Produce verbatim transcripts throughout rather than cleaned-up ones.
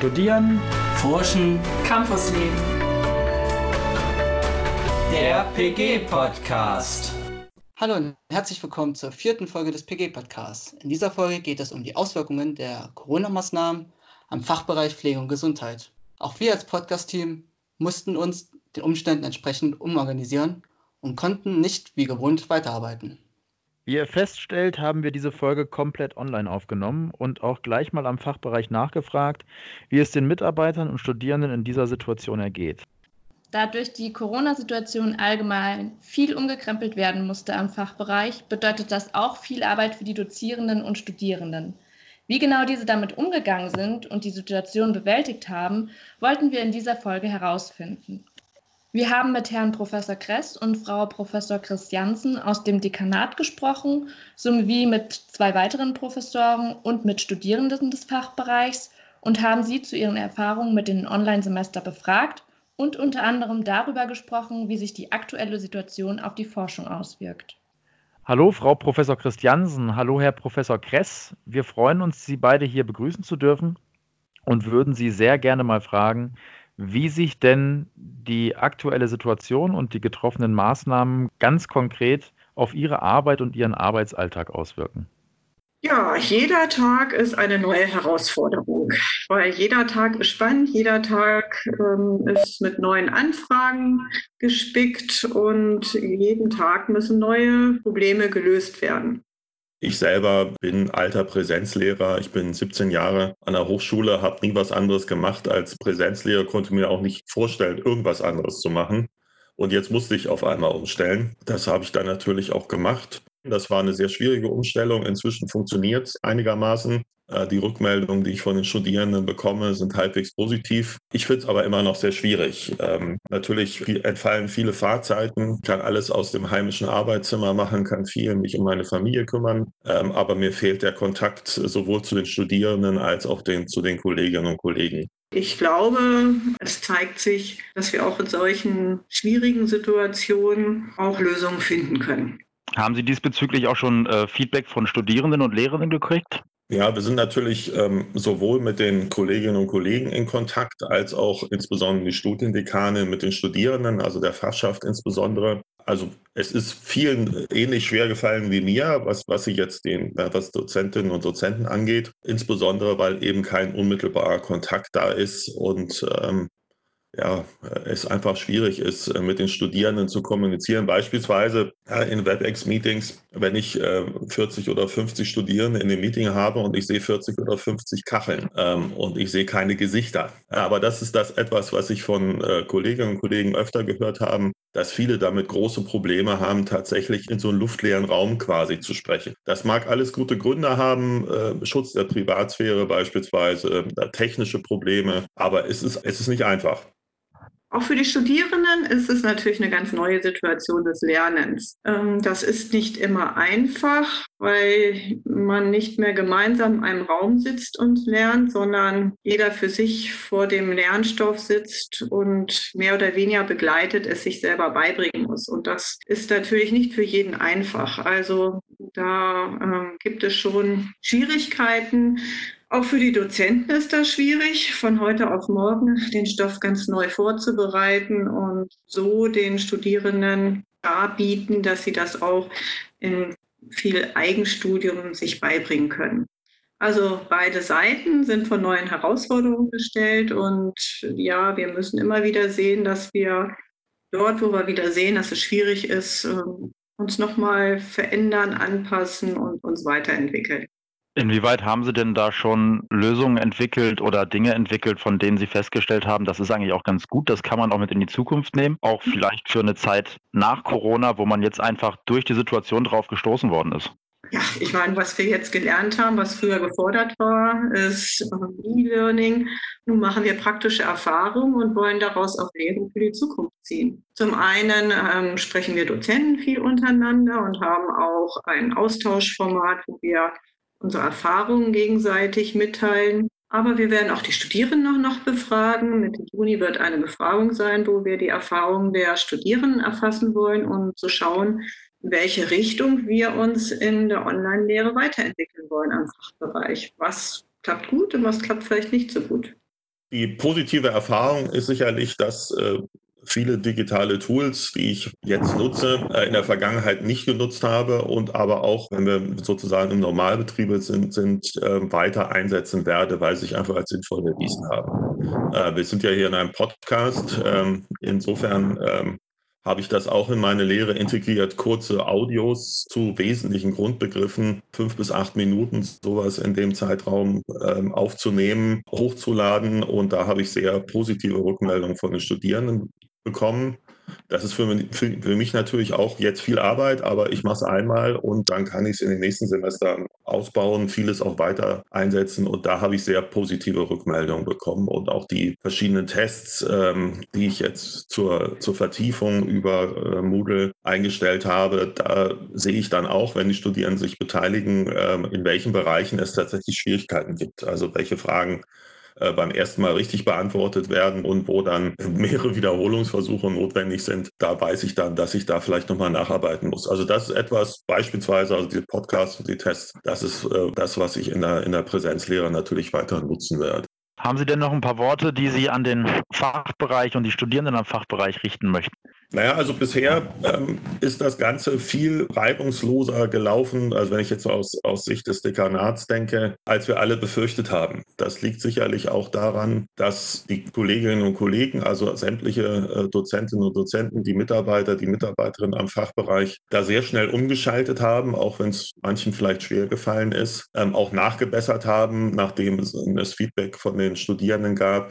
Studieren, Forschen, Campusleben. Der P G-Podcast. Hallo und herzlich willkommen zur vierten Folge des P G-Podcasts. In dieser Folge geht es um die Auswirkungen der Corona-Maßnahmen am Fachbereich Pflege und Gesundheit. Auch wir als Podcast-Team mussten uns den Umständen entsprechend umorganisieren und konnten nicht wie gewohnt weiterarbeiten. Wie ihr feststellt, haben wir diese Folge komplett online aufgenommen und auch gleich mal am Fachbereich nachgefragt, wie es den Mitarbeitern und Studierenden in dieser Situation ergeht. Da durch die Corona-Situation allgemein viel umgekrempelt werden musste am Fachbereich, bedeutet das auch viel Arbeit für die Dozierenden und Studierenden. Wie genau diese damit umgegangen sind und die Situation bewältigt haben, wollten wir in dieser Folge herausfinden. Wir haben mit Herrn Professor Kress und Frau Professor Christiansen aus dem Dekanat gesprochen, sowie mit zwei weiteren Professoren und mit Studierenden des Fachbereichs und haben sie zu ihren Erfahrungen mit den Online-Semester befragt und unter anderem darüber gesprochen, wie sich die aktuelle Situation auf die Forschung auswirkt. Hallo Frau Professor Christiansen, hallo Herr Professor Kress. Wir freuen uns, Sie beide hier begrüßen zu dürfen und würden Sie sehr gerne mal fragen, wie sich denn die aktuelle Situation und die getroffenen Maßnahmen ganz konkret auf Ihre Arbeit und Ihren Arbeitsalltag auswirken. Ja, jeder Tag ist eine neue Herausforderung, weil jeder Tag ist spannend, jeder Tag ähm, ist mit neuen Anfragen gespickt und jeden Tag müssen neue Probleme gelöst werden. Ich selber bin alter Präsenzlehrer. Ich bin siebzehn Jahre an der Hochschule, habe nie was anderes gemacht als Präsenzlehrer, konnte mir auch nicht vorstellen, irgendwas anderes zu machen. Und jetzt musste ich auf einmal umstellen. Das habe ich dann natürlich auch gemacht. Das war eine sehr schwierige Umstellung. Inzwischen funktioniert es einigermaßen. Die Rückmeldungen, die ich von den Studierenden bekomme, sind halbwegs positiv. Ich finde es aber immer noch sehr schwierig. Ähm, natürlich entfallen viele Fahrzeiten, kann alles aus dem heimischen Arbeitszimmer machen, kann viel mich um meine Familie kümmern. Ähm, aber mir fehlt der Kontakt sowohl zu den Studierenden als auch den, zu den Kolleginnen und Kollegen. Ich glaube, es zeigt sich, dass wir auch in solchen schwierigen Situationen auch Lösungen finden können. Haben Sie diesbezüglich auch schon äh, Feedback von Studierenden und Lehrenden gekriegt? Ja, wir sind natürlich ähm, sowohl mit den Kolleginnen und Kollegen in Kontakt, als auch insbesondere die Studiendekane mit den Studierenden, also der Fachschaft insbesondere. Also es ist vielen ähnlich schwer gefallen wie mir, was, was sie jetzt den, was Dozentinnen und Dozenten angeht, insbesondere weil eben kein unmittelbarer Kontakt da ist und ähm, ja, es einfach schwierig ist, mit den Studierenden zu kommunizieren. Beispielsweise in WebEx-Meetings, wenn ich vierzig oder fünfzig Studierende in dem Meeting habe und ich sehe vierzig oder fünfzig Kacheln und ich sehe keine Gesichter. Aber das ist das etwas, was ich von Kolleginnen und Kollegen öfter gehört habe, dass viele damit große Probleme haben, tatsächlich in so einen luftleeren Raum quasi zu sprechen. Das mag alles gute Gründe haben, Schutz der Privatsphäre beispielsweise, technische Probleme, aber es ist, es ist nicht einfach. Auch für die Studierenden ist es natürlich eine ganz neue Situation des Lernens. Das ist nicht immer einfach, weil man nicht mehr gemeinsam in einem Raum sitzt und lernt, sondern jeder für sich vor dem Lernstoff sitzt und mehr oder weniger begleitet es sich selber beibringen muss. Und das ist natürlich nicht für jeden einfach. Also da ähm, gibt es schon Schwierigkeiten. Auch für die Dozenten ist das schwierig, von heute auf morgen den Stoff ganz neu vorzubereiten und so den Studierenden darbieten, dass sie das auch in viel Eigenstudium sich beibringen können. Also beide Seiten sind vor neuen Herausforderungen gestellt und ja, wir müssen immer wieder sehen, dass wir dort, wo wir wieder sehen, dass es schwierig ist, uns nochmal verändern, anpassen und uns weiterentwickeln. Inwieweit haben Sie denn da schon Lösungen entwickelt oder Dinge entwickelt, von denen Sie festgestellt haben, das ist eigentlich auch ganz gut, das kann man auch mit in die Zukunft nehmen, auch vielleicht für eine Zeit nach Corona, wo man jetzt einfach durch die Situation drauf gestoßen worden ist? Ja, ich meine, was wir jetzt gelernt haben, was früher gefordert war, ist E-Learning. Nun machen wir praktische Erfahrungen und wollen daraus auch Lehren für die Zukunft ziehen. Zum einen ähm, sprechen wir Dozenten viel untereinander und haben auch ein Austauschformat, wo wir unsere Erfahrungen gegenseitig mitteilen. Aber wir werden auch die Studierenden noch befragen. Mit dem Juni wird eine Befragung sein, wo wir die Erfahrungen der Studierenden erfassen wollen und zu schauen, in welche Richtung wir uns in der Online-Lehre weiterentwickeln wollen am Fachbereich. Was klappt gut und was klappt vielleicht nicht so gut. Die positive Erfahrung ist sicherlich, dass äh, viele digitale Tools, die ich jetzt nutze, äh, in der Vergangenheit nicht genutzt habe und aber auch, wenn wir sozusagen im Normalbetrieb sind, sind äh, weiter einsetzen werde, weil sie sich einfach als sinnvoll erwiesen haben. Äh, wir sind ja hier in einem Podcast. Ähm, insofern ähm, habe ich das auch in meine Lehre integriert, kurze Audios zu wesentlichen Grundbegriffen, fünf bis acht Minuten, sowas in dem Zeitraum ähm, aufzunehmen, hochzuladen. Und da habe ich sehr positive Rückmeldungen von den Studierenden bekommen. Das ist für mich, für, für mich natürlich auch jetzt viel Arbeit, aber ich mache es einmal und dann kann ich es in den nächsten Semestern ausbauen, vieles auch weiter einsetzen und da habe ich sehr positive Rückmeldungen bekommen und auch die verschiedenen Tests, ähm, die ich jetzt zur, zur Vertiefung über äh, Moodle eingestellt habe, da sehe ich dann auch, wenn die Studierenden sich beteiligen, ähm, in welchen Bereichen es tatsächlich Schwierigkeiten gibt, also welche Fragen beim ersten Mal richtig beantwortet werden und wo dann mehrere Wiederholungsversuche notwendig sind, da weiß ich dann, dass ich da vielleicht nochmal nacharbeiten muss. Also das ist etwas, beispielsweise, also die Podcasts und die Tests, das ist äh, das, was ich in der, in der Präsenzlehre natürlich weiter nutzen werde. Haben Sie denn noch ein paar Worte, die Sie an den Fachbereich und die Studierenden am Fachbereich richten möchten? Naja, also bisher ähm, ist das Ganze viel reibungsloser gelaufen, also wenn ich jetzt aus, aus Sicht des Dekanats denke, als wir alle befürchtet haben. Das liegt sicherlich auch daran, dass die Kolleginnen und Kollegen, also sämtliche äh, Dozentinnen und Dozenten, die Mitarbeiter, die Mitarbeiterinnen am Fachbereich, da sehr schnell umgeschaltet haben, auch wenn es manchen vielleicht schwer gefallen ist, ähm, auch nachgebessert haben, nachdem es das Feedback von den Studierenden gab.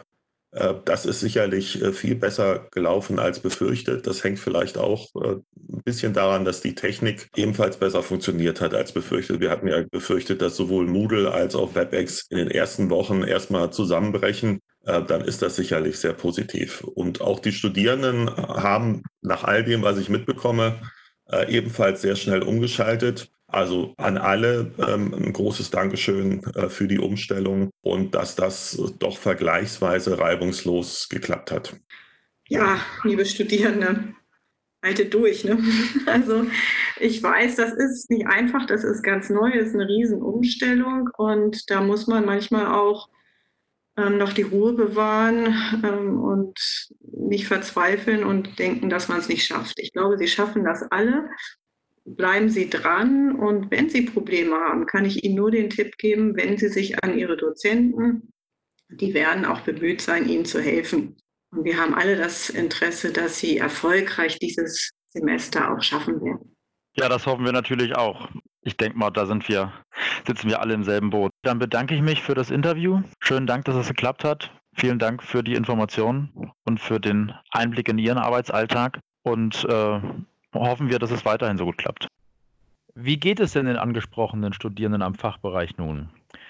Das ist sicherlich viel besser gelaufen als befürchtet. Das hängt vielleicht auch ein bisschen daran, dass die Technik ebenfalls besser funktioniert hat als befürchtet. Wir hatten ja befürchtet, dass sowohl Moodle als auch WebEx in den ersten Wochen erstmal zusammenbrechen. Dann ist das sicherlich sehr positiv. Und auch die Studierenden haben nach all dem, was ich mitbekomme, ebenfalls sehr schnell umgeschaltet. Also an alle ähm, ein großes Dankeschön äh, für die Umstellung und dass das doch vergleichsweise reibungslos geklappt hat. Ja, liebe Studierende, haltet durch. Ne? Also ich weiß, das ist nicht einfach, das ist ganz neu, das ist eine Riesenumstellung und da muss man manchmal auch ähm, noch die Ruhe bewahren ähm, und nicht verzweifeln und denken, dass man es nicht schafft. Ich glaube, Sie schaffen das alle. Bleiben Sie dran und wenn Sie Probleme haben, kann ich Ihnen nur den Tipp geben, wenden Sie sich an Ihre Dozenten. Die werden auch bemüht sein, Ihnen zu helfen. Und wir haben alle das Interesse, dass Sie erfolgreich dieses Semester auch schaffen werden. Ja, das hoffen wir natürlich auch. Ich denke mal, da sind wir, sitzen wir alle im selben Boot. Dann bedanke ich mich für das Interview. Schönen Dank, dass es geklappt hat. Vielen Dank für die Informationen und für den Einblick in Ihren Arbeitsalltag. Und äh, hoffen wir, dass es weiterhin so gut klappt. Wie geht es denn den angesprochenen Studierenden am Fachbereich nun?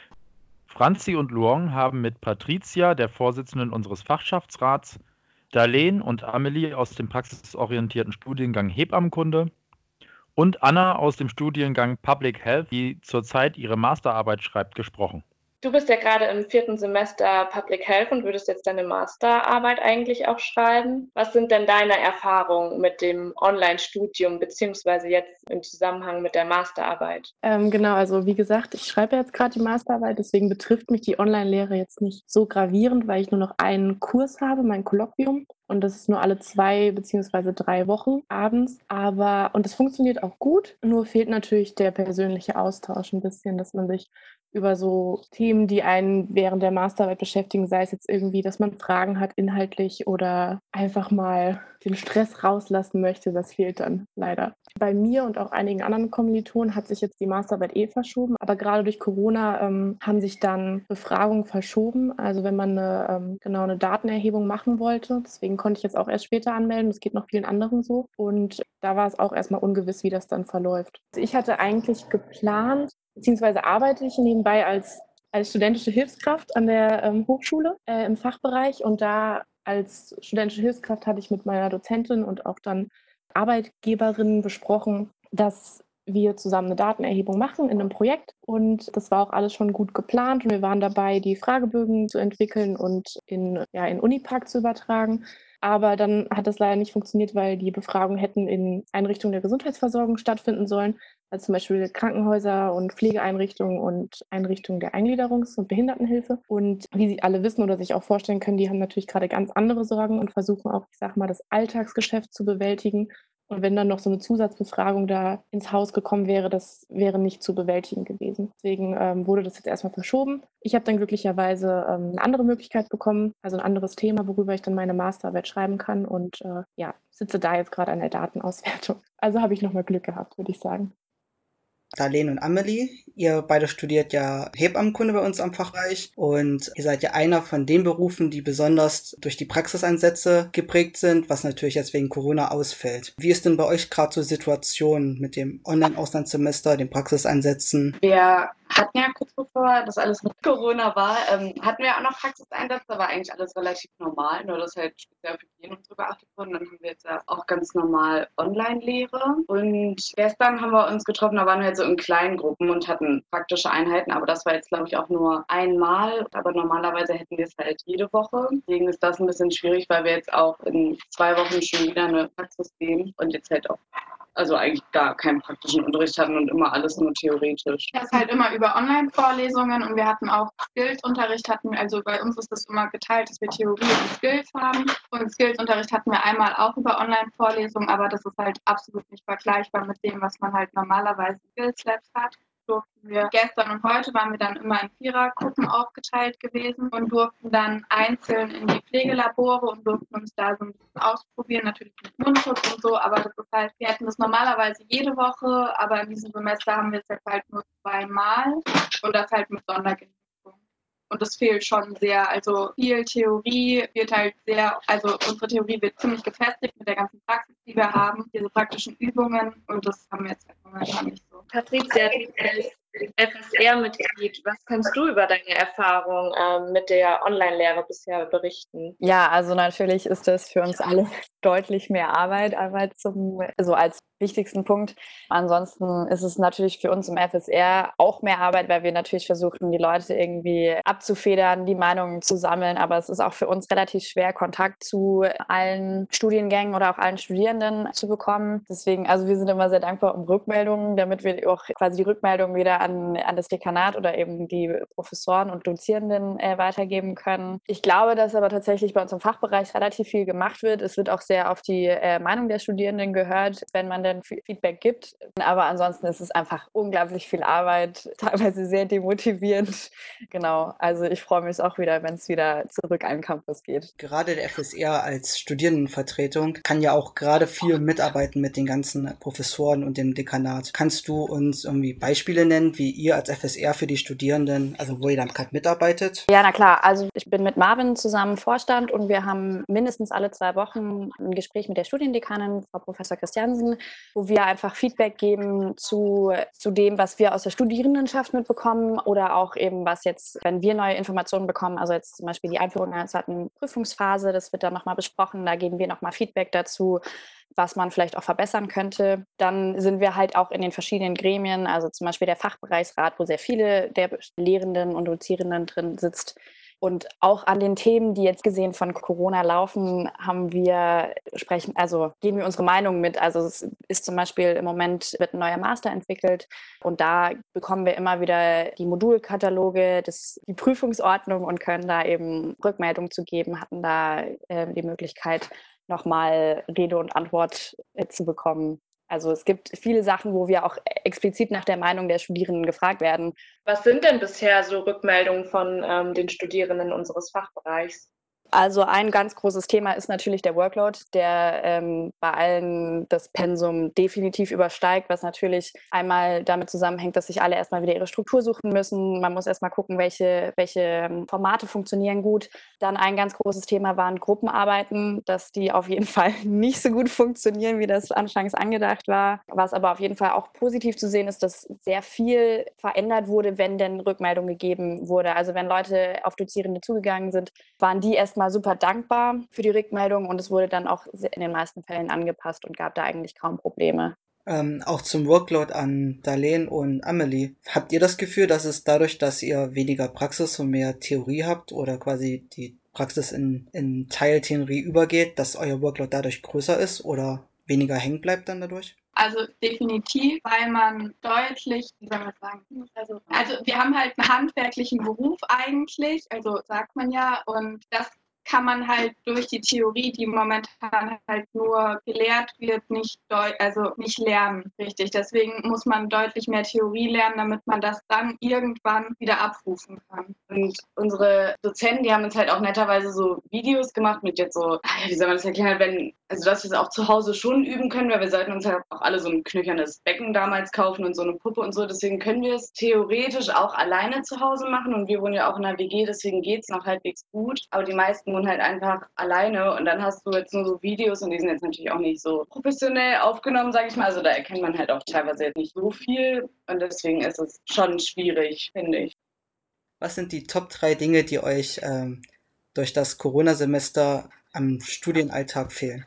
Franzi und Luong haben mit Patricia, der Vorsitzenden unseres Fachschaftsrats, Darlene und Amelie aus dem praxisorientierten Studiengang Hebammenkunde und Anna aus dem Studiengang Public Health, die zurzeit ihre Masterarbeit schreibt, gesprochen. Du bist ja gerade im vierten Semester Public Health und würdest jetzt deine Masterarbeit eigentlich auch schreiben. Was sind denn deine Erfahrungen mit dem Online-Studium beziehungsweise jetzt im Zusammenhang mit der Masterarbeit? Ähm, genau, also wie gesagt, ich schreibe jetzt gerade die Masterarbeit, deswegen betrifft mich die Online-Lehre jetzt nicht so gravierend, weil ich nur noch einen Kurs habe, mein Kolloquium. Und das ist nur alle zwei beziehungsweise drei Wochen abends. Aber, und das funktioniert auch gut, nur fehlt natürlich der persönliche Austausch ein bisschen, dass man sich über so Themen, die einen während der Masterarbeit beschäftigen, sei es jetzt irgendwie, dass man Fragen hat inhaltlich oder einfach mal den Stress rauslassen möchte, das fehlt dann leider. Bei mir und auch einigen anderen Kommilitonen hat sich jetzt die Masterarbeit eh verschoben, aber gerade durch Corona ähm, haben sich dann Befragungen verschoben. Also wenn man eine, ähm, genau eine Datenerhebung machen wollte, deswegen konnte ich jetzt auch erst später anmelden, das geht noch vielen anderen so. Und da war es auch erstmal ungewiss, wie das dann verläuft. Also ich hatte eigentlich geplant, beziehungsweise arbeite ich nebenbei als, als studentische Hilfskraft an der ähm, Hochschule äh, im Fachbereich und da als studentische Hilfskraft hatte ich mit meiner Dozentin und auch dann Arbeitgeberinnen besprochen, dass wir zusammen eine Datenerhebung machen in einem Projekt und das war auch alles schon gut geplant und wir waren dabei, die Fragebögen zu entwickeln und in, ja, in Unipark zu übertragen. Aber dann hat das leider nicht funktioniert, weil die Befragungen hätten in Einrichtungen der Gesundheitsversorgung stattfinden sollen, also zum Beispiel Krankenhäuser und Pflegeeinrichtungen und Einrichtungen der Eingliederungs- und Behindertenhilfe. Und wie Sie alle wissen oder sich auch vorstellen können, die haben natürlich gerade ganz andere Sorgen und versuchen auch, ich sag mal, das Alltagsgeschäft zu bewältigen. Und wenn dann noch so eine Zusatzbefragung da ins Haus gekommen wäre, das wäre nicht zu bewältigen gewesen. Deswegen ähm, wurde das jetzt erstmal verschoben. Ich habe dann glücklicherweise ähm, eine andere Möglichkeit bekommen, also ein anderes Thema, worüber ich dann meine Masterarbeit schreiben kann und äh, ja, sitze da jetzt gerade an der Datenauswertung. Also habe ich nochmal Glück gehabt, würde ich sagen. Darlene und Amelie, ihr beide studiert ja Hebammenkunde bei uns am Fachbereich und ihr seid ja einer von den Berufen, die besonders durch die Praxiseinsätze geprägt sind, was natürlich jetzt wegen Corona ausfällt. Wie ist denn bei euch gerade so die Situation mit dem Online-Auslandssemester, den Praxiseinsätzen? Wir hatten ja kurz bevor das alles mit Corona war, ähm, hatten wir auch noch Praxiseinsätze, war eigentlich alles relativ normal, nur dass halt speziell auf Hygiene und so beachtet wurden. Dann haben wir jetzt ja auch ganz normal Online-Lehre. Und gestern haben wir uns getroffen, da waren wir halt so in kleinen Gruppen und hatten praktische Einheiten, aber das war jetzt, glaube ich, auch nur einmal. Aber normalerweise hätten wir es halt jede Woche. Deswegen ist das ein bisschen schwierig, weil wir jetzt auch in zwei Wochen schon wieder eine Praxis gehen und jetzt halt auch also eigentlich gar keinen praktischen Unterricht hatten und immer alles nur theoretisch. Das ist halt immer über Online-Vorlesungen und wir hatten auch Skills-Unterricht, hatten wir, also bei uns ist das immer geteilt, dass wir Theorie und Skills haben. Und Skills-Unterricht hatten wir einmal auch über Online-Vorlesungen, aber das ist halt absolut nicht vergleichbar mit dem, was man halt normalerweise in Skills-Labs hat. Durften wir gestern und heute waren wir dann immer in Vierergruppen aufgeteilt gewesen und durften dann einzeln in die Pflegelabore und durften uns da so ein bisschen ausprobieren, natürlich mit Mundschutz und so, aber das ist halt, wir hätten das normalerweise jede Woche, aber in diesem Semester haben wir es jetzt halt nur zweimal und das halt mit Sondergenehmigung. Und das fehlt schon sehr. Also viel Theorie wird halt sehr, also unsere Theorie wird ziemlich gefestigt mit der ganzen Praxis, die wir haben, diese praktischen Übungen und das haben wir jetzt halt momentan nicht so. Patricia, als F S R-Mitglied, was kannst du über deine Erfahrung ähm, mit der Online-Lehre bisher berichten? Ja, also natürlich ist das für uns alle deutlich mehr Arbeit, Arbeit zum, also als wichtigsten Punkt. Ansonsten ist es natürlich für uns im F S R auch mehr Arbeit, weil wir natürlich versuchen, die Leute irgendwie abzufedern, die Meinungen zu sammeln. Aber es ist auch für uns relativ schwer, Kontakt zu allen Studiengängen oder auch allen Studierenden zu bekommen. Deswegen, also wir sind immer sehr dankbar um Rückmeldungen, damit wir auch quasi die Rückmeldungen wieder an, an das Dekanat oder eben die Professoren und Dozierenden äh, weitergeben können. Ich glaube, dass aber tatsächlich bei uns im Fachbereich relativ viel gemacht wird. Es wird auch sehr auf die äh, Meinung der Studierenden gehört, wenn man dann Feedback gibt. Aber ansonsten ist es einfach unglaublich viel Arbeit, teilweise sehr demotivierend. Genau, also ich freue mich auch wieder, wenn es wieder zurück an den Campus geht. Gerade der F S R als Studierendenvertretung kann ja auch gerade viel mitarbeiten mit den ganzen Professoren und dem Dekanat. Kannst du uns irgendwie Beispiele nennen, wie ihr als F S R für die Studierenden, also wo ihr dann gerade mitarbeitet? Ja, na klar. Also ich bin mit Marvin zusammen Vorstand und wir haben mindestens alle zwei Wochen ein Gespräch mit der Studiendekanin, Frau Professor Christiansen, wo wir einfach Feedback geben zu, zu dem, was wir aus der Studierendenschaft mitbekommen oder auch eben, was jetzt, wenn wir neue Informationen bekommen, also jetzt zum Beispiel die Einführung einer zweiten Prüfungsphase, das wird dann nochmal besprochen, da geben wir nochmal Feedback dazu, was man vielleicht auch verbessern könnte. Dann sind wir halt auch in den verschiedenen Gremien, also zum Beispiel der Fachbereichsrat, wo sehr viele der Lehrenden und Dozierenden drin sitzt. Und auch an den Themen, die jetzt gesehen von Corona laufen, haben wir sprechen, also geben wir unsere Meinung mit. Also es ist zum Beispiel im Moment wird ein neuer Master entwickelt und da bekommen wir immer wieder die Modulkataloge, das, die Prüfungsordnung und können da eben Rückmeldung zu geben, hatten da äh, die Möglichkeit, nochmal Rede und Antwort äh, zu bekommen. Also es gibt viele Sachen, wo wir auch explizit nach der Meinung der Studierenden gefragt werden. Was sind denn bisher so Rückmeldungen von ähm, den Studierenden unseres Fachbereichs? Also ein ganz großes Thema ist natürlich der Workload, der ähm, bei allen das Pensum definitiv übersteigt, was natürlich einmal damit zusammenhängt, dass sich alle erstmal wieder ihre Struktur suchen müssen. Man muss erstmal gucken, welche, welche Formate funktionieren gut. Dann ein ganz großes Thema waren Gruppenarbeiten, dass die auf jeden Fall nicht so gut funktionieren, wie das anfangs angedacht war. Was aber auf jeden Fall auch positiv zu sehen ist, dass sehr viel verändert wurde, wenn denn Rückmeldung gegeben wurde. Also wenn Leute auf Dozierende zugegangen sind, waren die erstmal super dankbar für die Rückmeldung und es wurde dann auch in den meisten Fällen angepasst und gab da eigentlich kaum Probleme. Ähm, auch zum Workload an Darlene und Amelie. Habt ihr das Gefühl, dass es dadurch, dass ihr weniger Praxis und mehr Theorie habt oder quasi die Praxis in, in Teiltheorie übergeht, dass euer Workload dadurch größer ist oder weniger hängen bleibt dann dadurch? Also definitiv, weil man deutlich, wie soll man sagen, also, also wir haben halt einen handwerklichen Beruf eigentlich, also sagt man ja, und das kann man halt durch die Theorie, die momentan halt nur gelehrt wird, nicht deu- also nicht lernen, richtig. Deswegen muss man deutlich mehr Theorie lernen, damit man das dann irgendwann wieder abrufen kann. Und unsere Dozenten, die haben uns halt auch netterweise so Videos gemacht mit jetzt so, wie soll man das erklären, wenn, also dass wir es auch zu Hause schon üben können, weil wir sollten uns halt auch alle so ein knöchernes Becken damals kaufen und so eine Puppe und so. Deswegen können wir es theoretisch auch alleine zu Hause machen und wir wohnen ja auch in einer W G, deswegen geht es noch halbwegs gut. Aber die meisten wohnen halt einfach alleine und dann hast du jetzt nur so Videos und die sind jetzt natürlich auch nicht so professionell aufgenommen, sage ich mal. Also da erkennt man halt auch teilweise jetzt nicht so viel und deswegen ist es schon schwierig, finde ich. Was sind die Top drei Dinge, die euch ähm, durch das Corona-Semester am Studienalltag fehlen?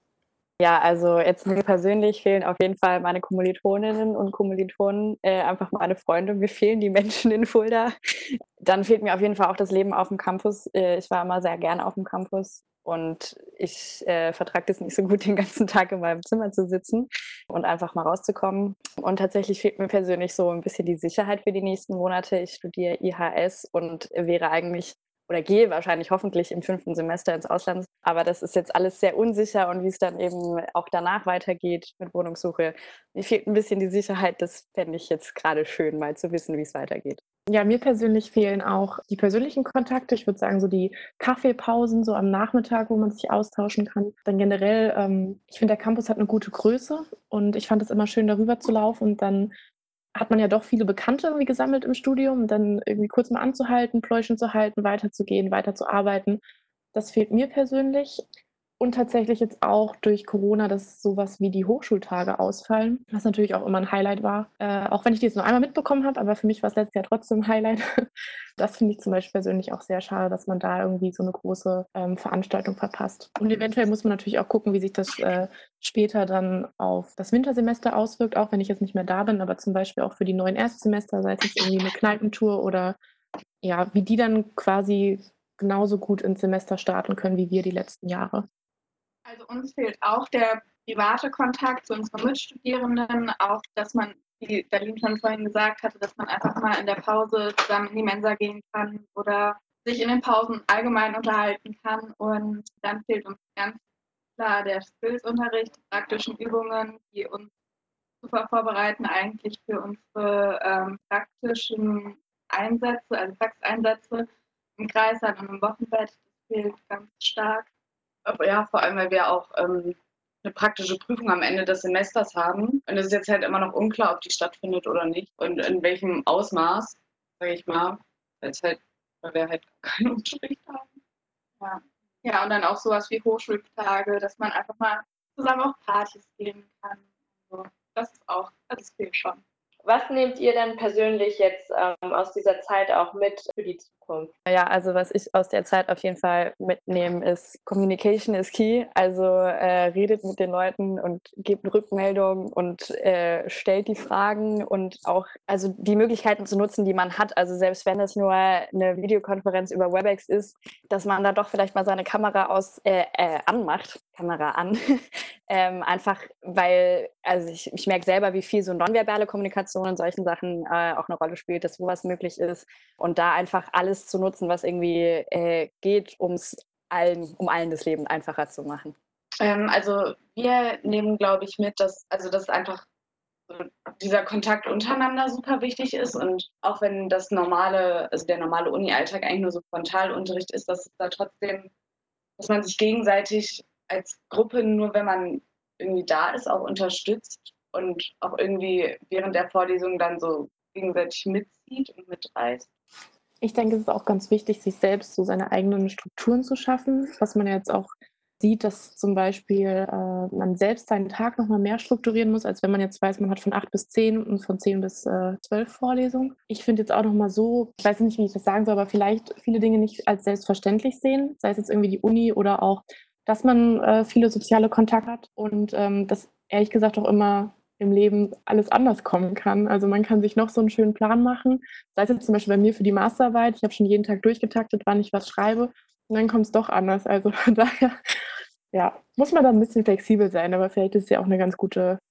Ja, also jetzt mir persönlich fehlen auf jeden Fall meine Kommilitoninnen und Kommilitonen, äh, einfach meine Freunde. Mir fehlen die Menschen in Fulda. Dann fehlt mir auf jeden Fall auch das Leben auf dem Campus. Äh, ich war immer sehr gerne auf dem Campus und ich äh, vertrage das nicht so gut, den ganzen Tag in meinem Zimmer zu sitzen und einfach mal rauszukommen. Und tatsächlich fehlt mir persönlich so ein bisschen die Sicherheit für die nächsten Monate. Ich studiere I H S und wäre eigentlich oder gehe wahrscheinlich hoffentlich im fünften Semester ins Ausland. Aber das ist jetzt alles sehr unsicher und wie es dann eben auch danach weitergeht mit Wohnungssuche. Mir fehlt ein bisschen die Sicherheit. Das fände ich jetzt gerade schön, mal zu wissen, wie es weitergeht. Ja, mir persönlich fehlen auch die persönlichen Kontakte. Ich würde sagen, so die Kaffeepausen so am Nachmittag, wo man sich austauschen kann. Dann generell, ähm, ich finde, der Campus hat eine gute Größe und ich fand es immer schön, darüber zu laufen und dann hat man ja doch viele Bekannte irgendwie gesammelt im Studium und dann irgendwie kurz mal anzuhalten, Pläuschen zu halten, weiterzugehen, weiterzuarbeiten. Das fehlt mir persönlich. Und tatsächlich jetzt auch durch Corona, dass sowas wie die Hochschultage ausfallen, was natürlich auch immer ein Highlight war. Äh, auch wenn ich die jetzt nur einmal mitbekommen habe, aber für mich war es letztes Jahr trotzdem ein Highlight. Das finde ich zum Beispiel persönlich auch sehr schade, dass man da irgendwie so eine große ähm, Veranstaltung verpasst. Und eventuell muss man natürlich auch gucken, wie sich das äh, später dann auf das Wintersemester auswirkt, auch wenn ich jetzt nicht mehr da bin, aber zum Beispiel auch für die neuen Erstsemester, sei es jetzt irgendwie eine Kneipentour oder ja, wie die dann quasi genauso gut ins Semester starten können wie wir die letzten Jahre. Also uns fehlt auch der private Kontakt zu unseren Mitstudierenden, auch dass man, wie Darlene schon vorhin gesagt hatte, dass man einfach mal in der Pause zusammen in die Mensa gehen kann oder sich in den Pausen allgemein unterhalten kann. Und dann fehlt uns ganz klar der Skills-Unterricht, die praktischen Übungen, die uns super vorbereiten eigentlich für unsere ähm, praktischen Einsätze, also Praxiseinsätze im Kreißsaal und im Wochenbett. Das fehlt ganz stark. Aber ja, vor allem, weil wir auch ähm, eine praktische Prüfung am Ende des Semesters haben. Und es ist jetzt halt immer noch unklar, ob die stattfindet oder nicht und in welchem Ausmaß, sage ich mal, weil, halt, weil wir halt keinen Unterricht haben. Ja. Ja, und dann auch sowas wie Hochschultage, dass man einfach mal zusammen auf Partys gehen kann. Also, das ist auch, das fehlt schon. Was nehmt ihr denn persönlich jetzt ähm, aus dieser Zeit auch mit für die Zukunft? Ja, also was ich aus der Zeit auf jeden Fall mitnehme, ist Communication is key. Also äh, redet mit den Leuten und gebt Rückmeldungen und äh, stellt die Fragen und auch also die Möglichkeiten zu nutzen, die man hat. Also selbst wenn es nur eine Videokonferenz über Webex ist, dass man da doch vielleicht mal seine Kamera aus äh, äh, anmacht, Kamera an. ähm, einfach weil, also ich, ich merke selber, wie viel so nonverbale Kommunikation in solchen Sachen äh, auch eine Rolle spielt, dass sowas möglich ist und da einfach alles zu nutzen, was irgendwie äh, geht, um's allen, um allen das Leben einfacher zu machen. Ähm, also wir nehmen, glaube ich, mit, dass also dass einfach so dieser Kontakt untereinander super wichtig ist und auch wenn das normale, also der normale Uni-Alltag eigentlich nur so Frontalunterricht ist, dass es da trotzdem, dass man sich gegenseitig als Gruppe, nur wenn man irgendwie da ist, auch unterstützt und auch irgendwie während der Vorlesung dann so gegenseitig mitzieht und mitreißt. Ich denke, es ist auch ganz wichtig, sich selbst so seine eigenen Strukturen zu schaffen, was man ja jetzt auch sieht, dass zum Beispiel äh, man selbst seinen Tag noch mal mehr strukturieren muss, als wenn man jetzt weiß, man hat von acht bis zehn und von zehn bis äh, zwölf Vorlesungen. Ich finde jetzt auch noch mal so, ich weiß nicht, wie ich das sagen soll, aber vielleicht viele Dinge nicht als selbstverständlich sehen, sei es jetzt irgendwie die Uni oder auch, dass man äh, viele soziale Kontakte hat und ähm, dass ehrlich gesagt auch immer im Leben alles anders kommen kann. Also man kann sich noch so einen schönen Plan machen, sei es jetzt zum Beispiel bei mir für die Masterarbeit. Ich habe schon jeden Tag durchgetaktet, wann ich was schreibe und dann kommt es doch anders. Also von daher ja, muss man da ein bisschen flexibel sein, aber vielleicht ist es ja auch eine ganz gute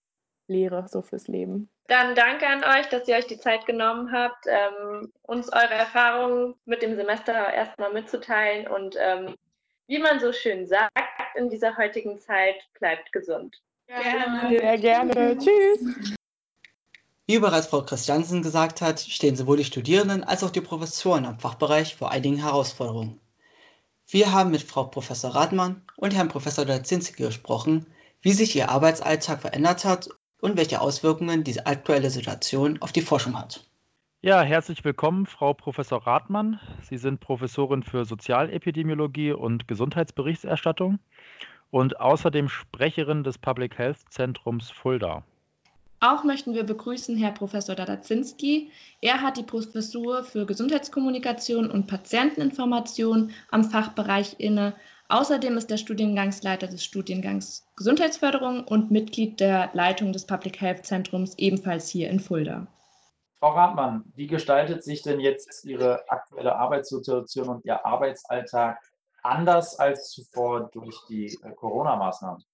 Lehre so fürs Leben. Dann danke an euch, dass ihr euch die Zeit genommen habt, ähm, uns eure Erfahrungen mit dem Semester erstmal mitzuteilen und ähm, wie man so schön sagt, in dieser heutigen Zeit, bleibt gesund. Gerne. Sehr gerne. Tschüss. Wie bereits Frau Christiansen gesagt hat, stehen sowohl die Studierenden als auch die Professoren am Fachbereich vor einigen Herausforderungen. Wir haben mit Frau Professor Rathmann und Herrn Professor Daczynski gesprochen, wie sich ihr Arbeitsalltag verändert hat und welche Auswirkungen diese aktuelle Situation auf die Forschung hat. Ja, herzlich willkommen, Frau Professor Rathmann. Sie sind Professorin für Sozialepidemiologie und Gesundheitsberichterstattung und außerdem Sprecherin des Public Health Zentrums Fulda. Auch möchten wir begrüßen Herrn Professor Daczynski. Er hat die Professur für Gesundheitskommunikation und Patienteninformation am Fachbereich inne. Außerdem ist er Studiengangsleiter des Studiengangs Gesundheitsförderung und Mitglied der Leitung des Public Health Zentrums ebenfalls hier in Fulda. Frau Rathmann, wie gestaltet sich denn jetzt Ihre aktuelle Arbeitssituation und Ihr Arbeitsalltag anders als zuvor durch die äh, Corona-Maßnahmen?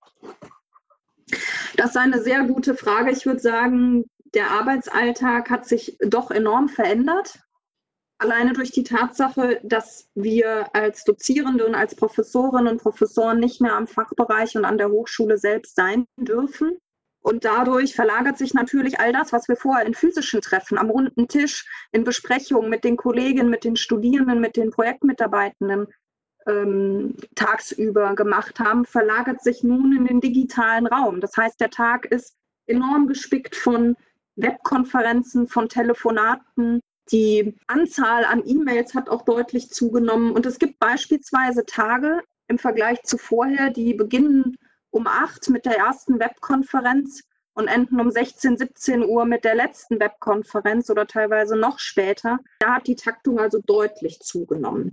Das ist eine sehr gute Frage. Ich würde sagen, der Arbeitsalltag hat sich doch enorm verändert. Alleine durch die Tatsache, dass wir als Dozierende und als Professorinnen und Professoren nicht mehr am Fachbereich und an der Hochschule selbst sein dürfen. Und dadurch verlagert sich natürlich all das, was wir vorher in physischen Treffen, am runden Tisch, in Besprechungen mit den Kolleginnen, mit den Studierenden, mit den Projektmitarbeitenden ähm, tagsüber gemacht haben, verlagert sich nun in den digitalen Raum. Das heißt, der Tag ist enorm gespickt von Webkonferenzen, von Telefonaten. Die Anzahl an E-Mails hat auch deutlich zugenommen. Und es gibt beispielsweise Tage im Vergleich zu vorher, die beginnen um acht mit der ersten Webkonferenz und enden um sechzehn, siebzehn Uhr mit der letzten Webkonferenz oder teilweise noch später. Da hat die Taktung also deutlich zugenommen.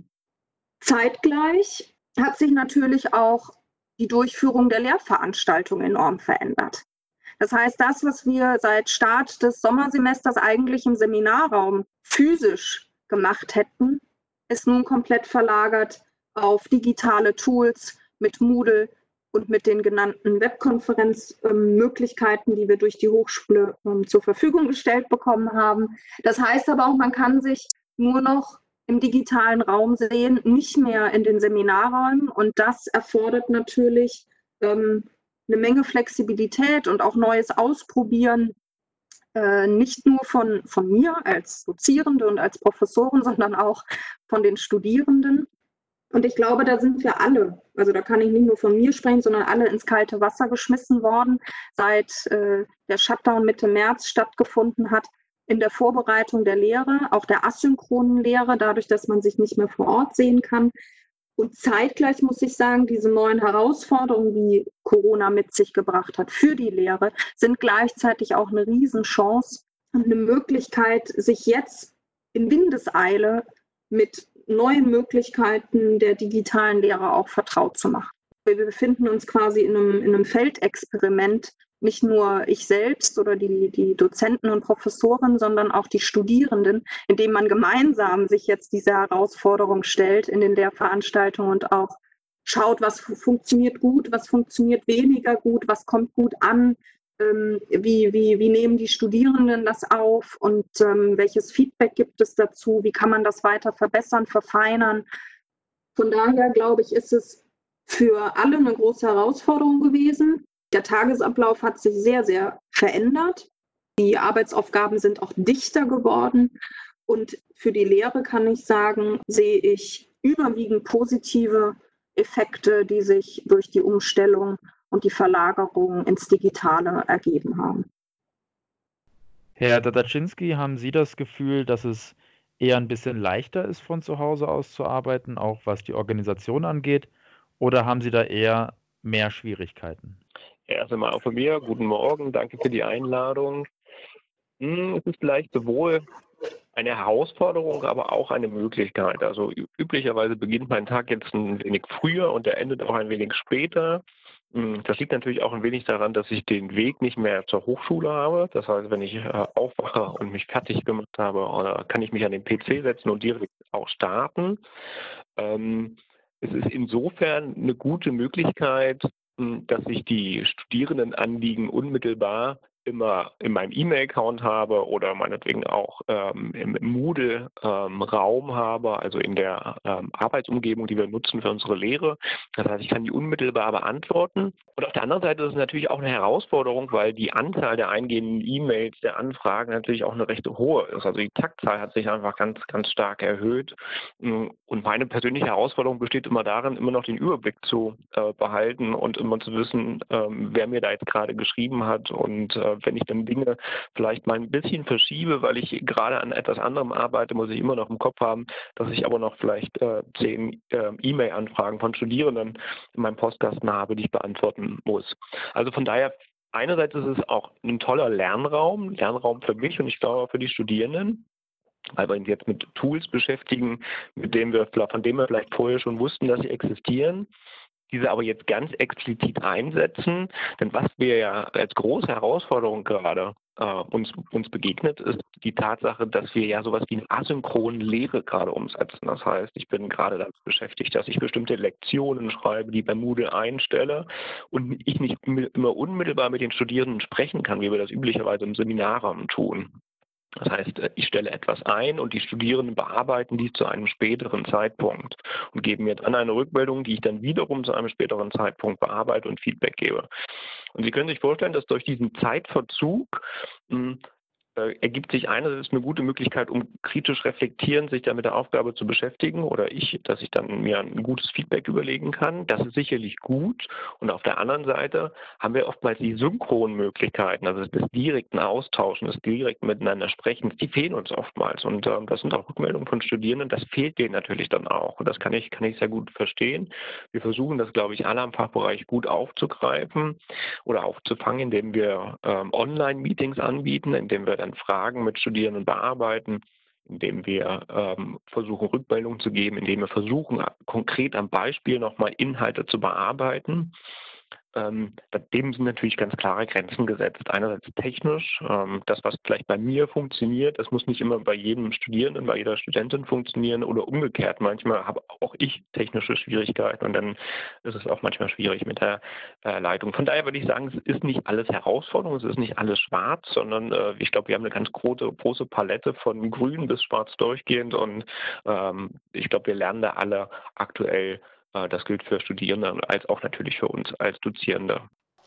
Zeitgleich hat sich natürlich auch die Durchführung der Lehrveranstaltungen enorm verändert. Das heißt, das, was wir seit Start des Sommersemesters eigentlich im Seminarraum physisch gemacht hätten, ist nun komplett verlagert auf digitale Tools mit Moodle und mit den genannten Webkonferenzmöglichkeiten, die wir durch die Hochschule zur Verfügung gestellt bekommen haben. Das heißt aber auch, man kann sich nur noch im digitalen Raum sehen, nicht mehr in den Seminarräumen. Und das erfordert natürlich ähm, eine Menge Flexibilität und auch neues Ausprobieren, äh, nicht nur von, von mir als Dozierende und als Professorin, sondern auch von den Studierenden. Und ich glaube, da sind wir alle, also da kann ich nicht nur von mir sprechen, sondern alle ins kalte Wasser geschmissen worden, seit äh, der Shutdown Mitte März stattgefunden hat, in der Vorbereitung der Lehre, auch der asynchronen Lehre, dadurch, dass man sich nicht mehr vor Ort sehen kann. Und zeitgleich muss ich sagen, diese neuen Herausforderungen, die Corona mit sich gebracht hat für die Lehre, sind gleichzeitig auch eine Riesenchance und eine Möglichkeit, sich jetzt in Windeseile mit neuen Möglichkeiten der digitalen Lehre auch vertraut zu machen. Wir befinden uns quasi in einem, in einem Feldexperiment, nicht nur ich selbst oder die, die Dozenten und Professoren, sondern auch die Studierenden, indem man gemeinsam sich jetzt diese Herausforderung stellt in den Lehrveranstaltungen und auch schaut, was funktioniert gut, was funktioniert weniger gut, was kommt gut an, ähm, wie, wie, wie nehmen die Studierenden das auf und ähm, welches Feedback gibt es dazu, wie kann man das weiter verbessern, verfeinern. Von daher, glaube ich, ist es für alle eine große Herausforderung gewesen. Der Tagesablauf hat sich sehr, sehr verändert. Die Arbeitsaufgaben sind auch dichter geworden. Und für die Lehre kann ich sagen, sehe ich überwiegend positive Effekte, die sich durch die Umstellung und die Verlagerung ins Digitale ergeben haben. Herr Daczynski, haben Sie das Gefühl, dass es eher ein bisschen leichter ist, von zu Hause aus zu arbeiten, auch was die Organisation angeht? Oder haben Sie da eher mehr Schwierigkeiten? Erst einmal auch von mir, guten Morgen, danke für die Einladung. Es ist vielleicht sowohl eine Herausforderung, aber auch eine Möglichkeit. Also üblicherweise beginnt mein Tag jetzt ein wenig früher und er endet auch ein wenig später. Das liegt natürlich auch ein wenig daran, dass ich den Weg nicht mehr zur Hochschule habe. Das heißt, wenn ich aufwache und mich fertig gemacht habe, kann ich mich an den P C setzen und direkt auch starten. Es ist insofern eine gute Möglichkeit, dass ich die Studierendenanliegen unmittelbar immer in meinem E-Mail-Account habe oder meinetwegen auch ähm, im Moodle-Raum ähm, habe, also in der ähm, Arbeitsumgebung, die wir nutzen für unsere Lehre. Das heißt, ich kann die unmittelbar beantworten. Und auf der anderen Seite ist es natürlich auch eine Herausforderung, weil die Anzahl der eingehenden E-Mails, der Anfragen natürlich auch eine recht hohe ist. Also die Taktzahl hat sich einfach ganz, ganz stark erhöht. Und meine persönliche Herausforderung besteht immer darin, immer noch den Überblick zu äh, behalten und immer zu wissen, ähm, wer mir da jetzt gerade geschrieben hat. Und äh, wenn ich dann Dinge vielleicht mal ein bisschen verschiebe, weil ich gerade an etwas anderem arbeite, muss ich immer noch im Kopf haben, dass ich aber noch vielleicht äh, zehn äh, E-Mail-Anfragen von Studierenden in meinem Postkasten habe, die ich beantworten muss. Also von daher, einerseits ist es auch ein toller Lernraum, Lernraum für mich und ich glaube auch für die Studierenden, weil wir uns jetzt mit Tools beschäftigen, mit denen wir, von denen wir vielleicht vorher schon wussten, dass sie existieren, diese aber jetzt ganz explizit einsetzen. Denn was wir ja als große Herausforderung gerade äh, uns, uns begegnet, ist die Tatsache, dass wir ja sowas wie eine asynchrone Lehre gerade umsetzen. Das heißt, ich bin gerade damit beschäftigt, dass ich bestimmte Lektionen schreibe, die bei Moodle einstelle und ich nicht immer unmittelbar mit den Studierenden sprechen kann, wie wir das üblicherweise im Seminarraum tun. Das heißt, ich stelle etwas ein und die Studierenden bearbeiten dies zu einem späteren Zeitpunkt und geben mir dann eine Rückmeldung, die ich dann wiederum zu einem späteren Zeitpunkt bearbeite und Feedback gebe. Und Sie können sich vorstellen, dass durch diesen Zeitverzug mh, äh, ergibt sich einerseits eine gute Möglichkeit, um kritisch reflektieren, sich da mit der Aufgabe zu beschäftigen oder ich, dass ich dann mir ein gutes Feedback überlegen kann. Das ist sicherlich gut. Und auf der anderen Seite haben wir oftmals die synchronen Möglichkeiten, also des direkten Austauschen, des direkten Miteinander Sprechens, die fehlen uns oftmals. Und ähm, das sind auch Rückmeldungen von Studierenden, das fehlt denen natürlich dann auch. Und das kann ich, kann ich sehr gut verstehen. Wir versuchen das, glaube ich, alle am Fachbereich gut aufzugreifen oder aufzufangen, indem wir ähm, Online-Meetings anbieten, indem wir dann Fragen mit Studierenden bearbeiten, indem wir ähm, versuchen, Rückmeldungen zu geben, indem wir versuchen, konkret am Beispiel nochmal Inhalte zu bearbeiten. Ähm, dem sind natürlich ganz klare Grenzen gesetzt. Einerseits technisch, ähm, das, was vielleicht bei mir funktioniert, das muss nicht immer bei jedem Studierenden, bei jeder Studentin funktionieren oder umgekehrt. Manchmal habe auch ich technische Schwierigkeiten und dann ist es auch manchmal schwierig mit der äh, Leitung. Von daher würde ich sagen, es ist nicht alles Herausforderung, es ist nicht alles schwarz, sondern äh, ich glaube, wir haben eine ganz große, große Palette von grün bis schwarz durchgehend und ähm, ich glaube, wir lernen da alle aktuell. Das gilt für Studierende als auch natürlich für uns als Dozierende.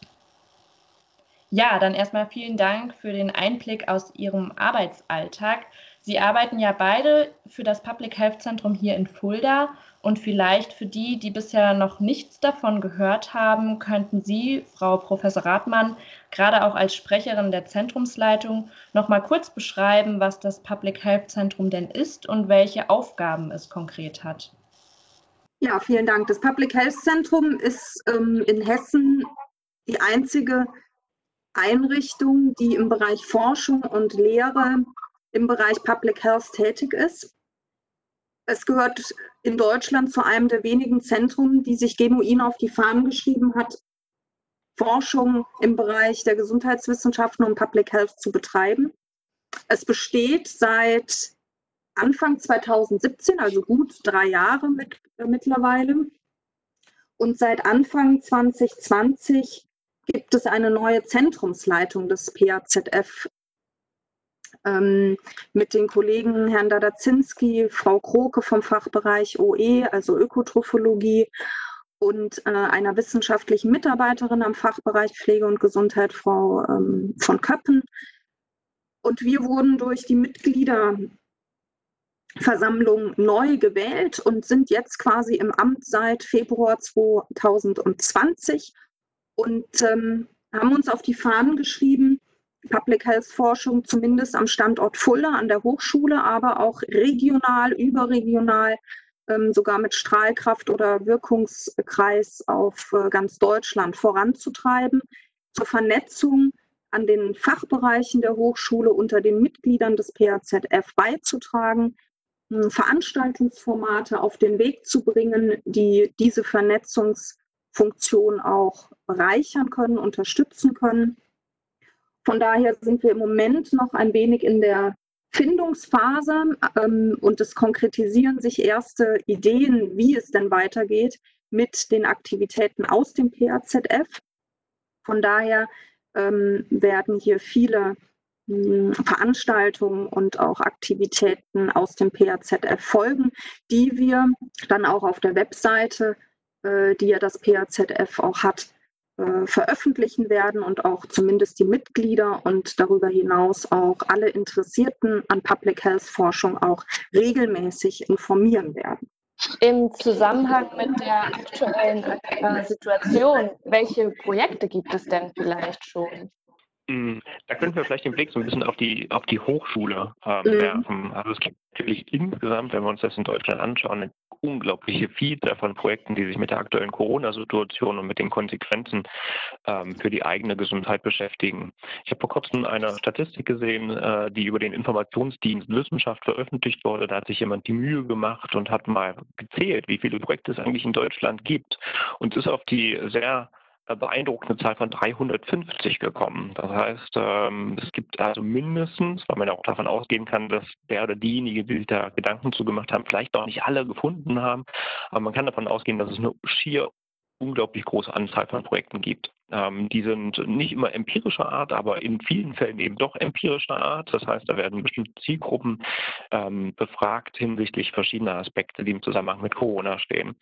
Ja, dann erstmal vielen Dank für den Einblick aus Ihrem Arbeitsalltag. Sie arbeiten ja beide für das Public Health Zentrum hier in Fulda und vielleicht für die, die bisher noch nichts davon gehört haben, könnten Sie, Frau Professor Rathmann, gerade auch als Sprecherin der Zentrumsleitung, noch mal kurz beschreiben, was das Public Health Zentrum denn ist und welche Aufgaben es konkret hat. Ja, vielen Dank. Das Public Health Zentrum ist ähm, in Hessen die einzige Einrichtung, die im Bereich Forschung und Lehre im Bereich Public Health tätig ist. Es gehört in Deutschland zu einem der wenigen Zentren, die sich genuin auf die Fahnen geschrieben hat, Forschung im Bereich der Gesundheitswissenschaften und Public Health zu betreiben. Es besteht seit Anfang zweitausendsiebzehn, also gut drei Jahre mit, äh, mittlerweile. Und seit Anfang zwanzig zwanzig gibt es eine neue Zentrumsleitung des P A Z F ähm, mit den Kollegen Herrn Dadazinski, Frau Kroke vom Fachbereich O E, also Ökotrophologie, und äh, einer wissenschaftlichen Mitarbeiterin am Fachbereich Pflege und Gesundheit, Frau ähm, von Köppen. Und wir wurden durch die Mitglieder Versammlung neu gewählt und sind jetzt quasi im Amt seit Februar zweitausendzwanzig und ähm, haben uns auf die Fahnen geschrieben, Public Health Forschung zumindest am Standort Fulda an der Hochschule, aber auch regional, überregional, ähm, sogar mit Strahlkraft oder Wirkungskreis auf äh, ganz Deutschland voranzutreiben, zur Vernetzung an den Fachbereichen der Hochschule unter den Mitgliedern des P A Z F beizutragen, Veranstaltungsformate auf den Weg zu bringen, die diese Vernetzungsfunktion auch bereichern können, unterstützen können. Von daher sind wir im Moment noch ein wenig in der Findungsphase ähm, und es konkretisieren sich erste Ideen, wie es denn weitergeht mit den Aktivitäten aus dem P A Z F. Von daher ähm, werden hier viele mh, Veranstaltungen und auch Aktivitäten aus dem P A Z F folgen, die wir dann auch auf der Webseite, äh, die ja das P A Z F auch hat, äh, veröffentlichen werden und auch zumindest die Mitglieder und darüber hinaus auch alle Interessierten an Public Health Forschung auch regelmäßig informieren werden. Im Zusammenhang mit der aktuellen äh, Situation, welche Projekte gibt es denn vielleicht schon? Da könnten wir vielleicht den Blick so ein bisschen auf die, auf die Hochschule ähm, Mhm. werfen. Also es gibt natürlich insgesamt, wenn wir uns das in Deutschland anschauen, eine unglaubliche Vielzahl von Projekten, die sich mit der aktuellen Corona-Situation und mit den Konsequenzen ähm, für die eigene Gesundheit beschäftigen. Ich habe vor kurzem eine Statistik gesehen, äh, die über den Informationsdienst Wissenschaft veröffentlicht wurde. Da hat sich jemand die Mühe gemacht und hat mal gezählt, wie viele Projekte es eigentlich in Deutschland gibt. Und ist auf die sehr beeindruckende Zahl von dreihundertfünfzig gekommen. Das heißt, ähm, es gibt also mindestens, weil man ja auch davon ausgehen kann, dass der oder diejenige, die sich da Gedanken zu gemacht haben, vielleicht auch nicht alle gefunden haben, aber man kann davon ausgehen, dass es eine schier unglaublich große Anzahl von Projekten gibt. Ähm, die sind nicht immer empirischer Art, aber in vielen Fällen eben doch empirischer Art. Das heißt, da werden bestimmte Zielgruppen ähm, befragt hinsichtlich verschiedener Aspekte, die im Zusammenhang mit Corona stehen.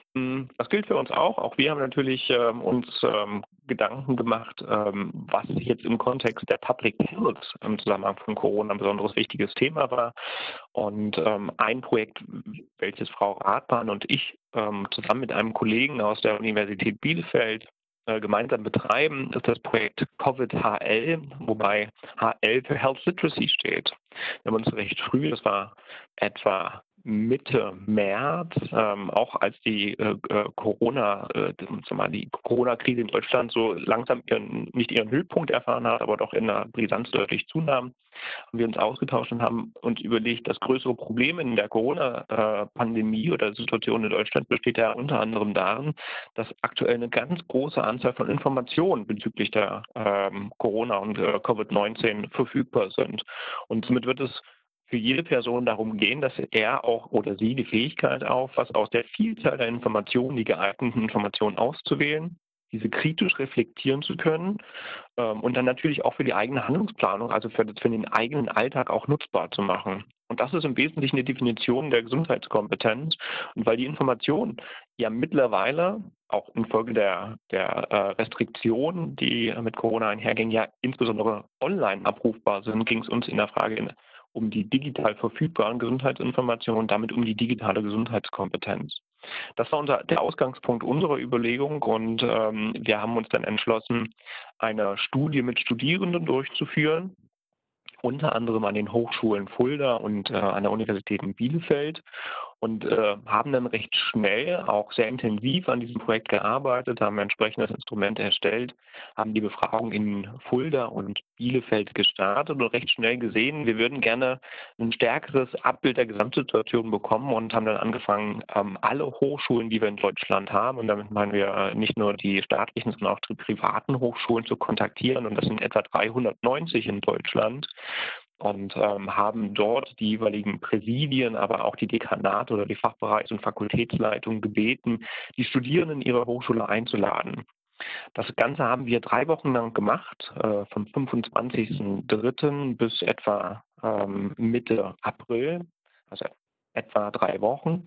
Das gilt für uns auch. Auch wir haben natürlich ähm, uns ähm, Gedanken gemacht, ähm, was jetzt im Kontext der Public Health im Zusammenhang von Corona ein besonderes wichtiges Thema war. Und ähm, ein Projekt, welches Frau Rathmann und ich ähm, zusammen mit einem Kollegen aus der Universität Bielefeld äh, gemeinsam betreiben, ist das Projekt Covid H L, wobei H L für Health Literacy steht. Wir haben uns recht früh, das war etwa Mitte März, ähm, auch als die äh, Corona, äh, die Corona-Krise in Deutschland so langsam ihren, nicht ihren Höhepunkt erfahren hat, aber doch in der Brisanz deutlich zunahm, haben wir uns ausgetauscht und haben uns überlegt, das größere Problem in der Corona-Pandemie oder Situation in Deutschland besteht ja unter anderem darin, dass aktuell eine ganz große Anzahl von Informationen bezüglich der ähm, Corona und äh, Covid neunzehn verfügbar sind. Und somit wird es für jede Person darum gehen, dass er auch oder sie die Fähigkeit aufweist, aus der Vielzahl der Informationen die geeigneten Informationen auszuwählen, diese kritisch reflektieren zu können ähm, und dann natürlich auch für die eigene Handlungsplanung, also für, für den eigenen Alltag auch nutzbar zu machen. Und das ist im Wesentlichen eine Definition der Gesundheitskompetenz. Und weil die Informationen ja mittlerweile auch infolge der, der äh, Restriktionen, die mit Corona einhergingen, ja insbesondere online abrufbar sind, ging es uns in der Frage in um die digital verfügbaren Gesundheitsinformationen und damit um die digitale Gesundheitskompetenz. Das war unser, der Ausgangspunkt unserer Überlegung und ähm, wir haben uns dann entschlossen, eine Studie mit Studierenden durchzuführen, unter anderem an den Hochschulen Fulda und äh, an der Universität in Bielefeld und äh, haben dann recht schnell, auch sehr intensiv an diesem Projekt gearbeitet, haben ein entsprechendes Instrument erstellt, haben die Befragung in Fulda und Bielefeld gestartet und recht schnell gesehen, wir würden gerne ein stärkeres Abbild der Gesamtsituation bekommen und haben dann angefangen, ähm, alle Hochschulen, die wir in Deutschland haben, und damit meinen wir äh, nicht nur die staatlichen, sondern auch die privaten Hochschulen zu kontaktieren, und das sind etwa dreihundertneunzig in Deutschland, und ähm, haben dort die jeweiligen Präsidien, aber auch die Dekanate oder die Fachbereichs- und Fakultätsleitungen gebeten, die Studierenden ihrer Hochschule einzuladen. Das Ganze haben wir drei Wochen lang gemacht, äh, vom fünfundzwanzigsten dritten bis etwa ähm, Mitte April, also etwa drei Wochen.